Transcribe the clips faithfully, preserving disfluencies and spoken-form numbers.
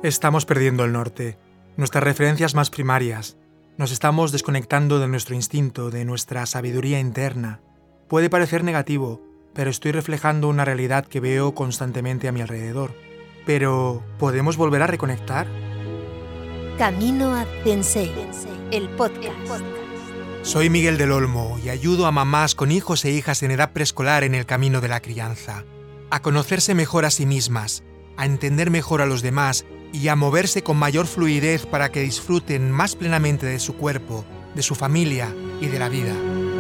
Estamos perdiendo el norte, nuestras referencias más primarias. Nos estamos desconectando de nuestro instinto, de nuestra sabiduría interna. Puede parecer negativo, pero estoy reflejando una realidad que veo constantemente a mi alrededor. Pero, ¿podemos volver a reconectar? Camino a Sensei, el podcast. Soy Miguel del Olmo y ayudo a mamás con hijos e hijas en edad preescolar en el camino de la crianza, a conocerse mejor a sí mismas, a entender mejor a los demás y a moverse con mayor fluidez para que disfruten más plenamente de su cuerpo, de su familia y de la vida.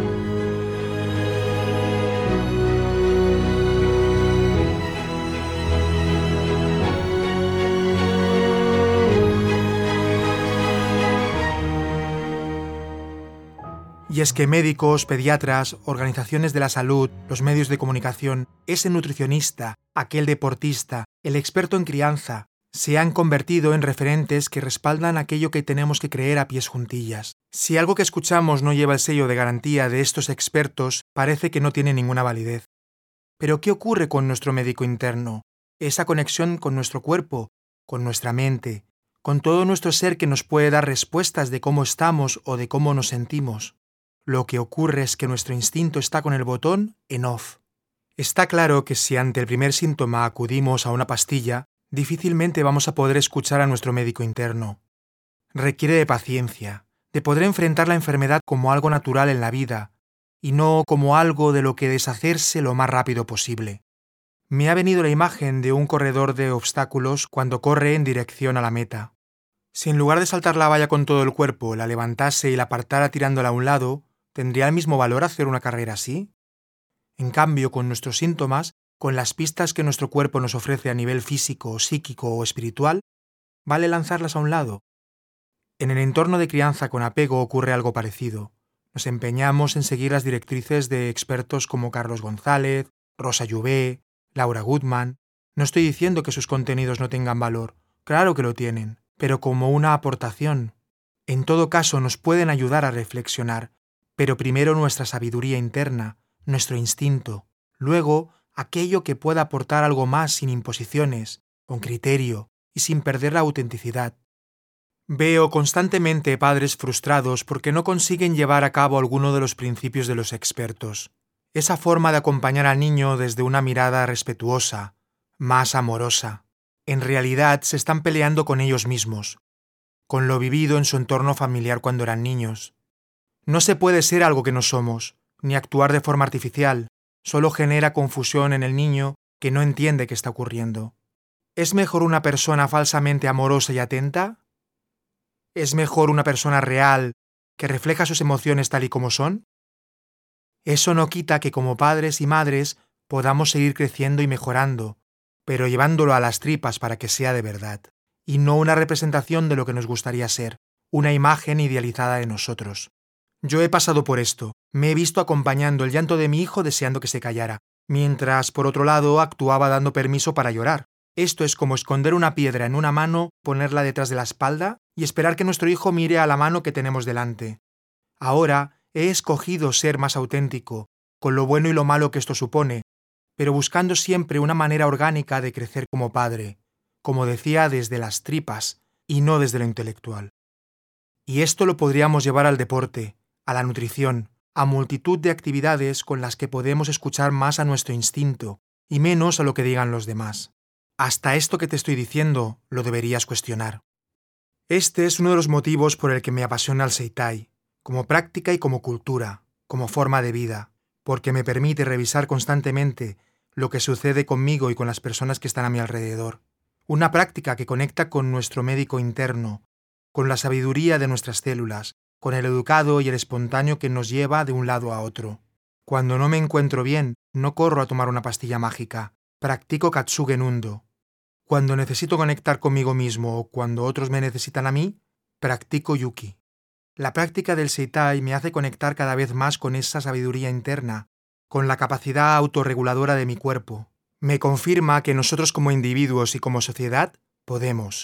Y es que médicos, pediatras, organizaciones de la salud, los medios de comunicación, ese nutricionista, aquel deportista, el experto en crianza, se han convertido en referentes que respaldan aquello que tenemos que creer a pies juntillas. Si algo que escuchamos no lleva el sello de garantía de estos expertos, parece que no tiene ninguna validez. Pero ¿qué ocurre con nuestro médico interno? Esa conexión con nuestro cuerpo, con nuestra mente, con todo nuestro ser que nos puede dar respuestas de cómo estamos o de cómo nos sentimos. Lo que ocurre es que nuestro instinto está con el botón en off. Está claro que si ante el primer síntoma acudimos a una pastilla, difícilmente vamos a poder escuchar a nuestro médico interno. Requiere de paciencia, de poder enfrentar la enfermedad como algo natural en la vida, y no como algo de lo que deshacerse lo más rápido posible. Me ha venido la imagen de un corredor de obstáculos cuando corre en dirección a la meta. Si en lugar de saltar la valla con todo el cuerpo, la levantase y la apartara tirándola a un lado, ¿tendría el mismo valor hacer una carrera así? En cambio, con nuestros síntomas, con las pistas que nuestro cuerpo nos ofrece a nivel físico, psíquico o espiritual, vale lanzarlas a un lado. En el entorno de crianza con apego ocurre algo parecido. Nos empeñamos en seguir las directrices de expertos como Carlos González, Rosa Yuvé, Laura Goodman. No estoy diciendo que sus contenidos no tengan valor, claro que lo tienen, pero como una aportación. En todo caso nos pueden ayudar a reflexionar, pero primero nuestra sabiduría interna, nuestro instinto, luego aquello que pueda aportar algo más sin imposiciones, con criterio y sin perder la autenticidad. Veo constantemente padres frustrados porque no consiguen llevar a cabo alguno de los principios de los expertos. Esa forma de acompañar al niño desde una mirada respetuosa, más amorosa. En realidad se están peleando con ellos mismos, con lo vivido en su entorno familiar cuando eran niños. No se puede ser algo que no somos, ni actuar de forma artificial. Solo genera confusión en el niño que no entiende qué está ocurriendo. ¿Es mejor una persona falsamente amorosa y atenta? ¿Es mejor una persona real que refleja sus emociones tal y como son? Eso no quita que como padres y madres podamos seguir creciendo y mejorando, pero llevándolo a las tripas para que sea de verdad, y no una representación de lo que nos gustaría ser, una imagen idealizada de nosotros. Yo he pasado por esto, me he visto acompañando el llanto de mi hijo deseando que se callara, mientras, por otro lado, actuaba dando permiso para llorar. Esto es como esconder una piedra en una mano, ponerla detrás de la espalda y esperar que nuestro hijo mire a la mano que tenemos delante. Ahora he escogido ser más auténtico, con lo bueno y lo malo que esto supone, pero buscando siempre una manera orgánica de crecer como padre, como decía, desde las tripas y no desde lo intelectual. Y esto lo podríamos llevar al deporte, a la nutrición, a multitud de actividades con las que podemos escuchar más a nuestro instinto y menos a lo que digan los demás. Hasta esto que te estoy diciendo lo deberías cuestionar. Este es uno de los motivos por el que me apasiona el Seitai, como práctica y como cultura, como forma de vida, porque me permite revisar constantemente lo que sucede conmigo y con las personas que están a mi alrededor. Una práctica que conecta con nuestro médico interno, con la sabiduría de nuestras células, con el educado y el espontáneo que nos lleva de un lado a otro. Cuando no me encuentro bien, no corro a tomar una pastilla mágica, practico Katsuge Nundo. Cuando necesito conectar conmigo mismo o cuando otros me necesitan a mí, practico Yuki. La práctica del Seitai me hace conectar cada vez más con esa sabiduría interna, con la capacidad autorreguladora de mi cuerpo. Me confirma que nosotros como individuos y como sociedad podemos.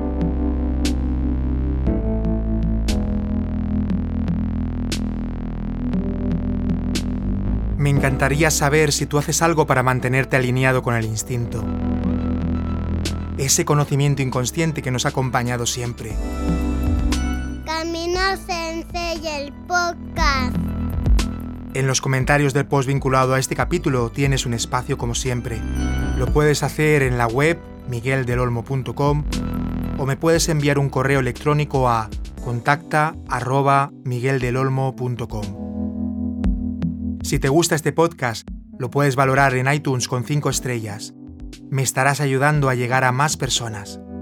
Me encantaría saber si tú haces algo para mantenerte alineado con el instinto. ese conocimiento inconsciente que nos ha acompañado siempre. Camino Sensei, el podcast. En los comentarios del post vinculado a este capítulo tienes un espacio como siempre. Lo puedes hacer en la web miguel del olmo punto com o me puedes enviar un correo electrónico a contacta arroba miguel del olmo punto com. Si te gusta este podcast, lo puedes valorar en iTunes con cinco estrellas. Me estarás ayudando a llegar a más personas.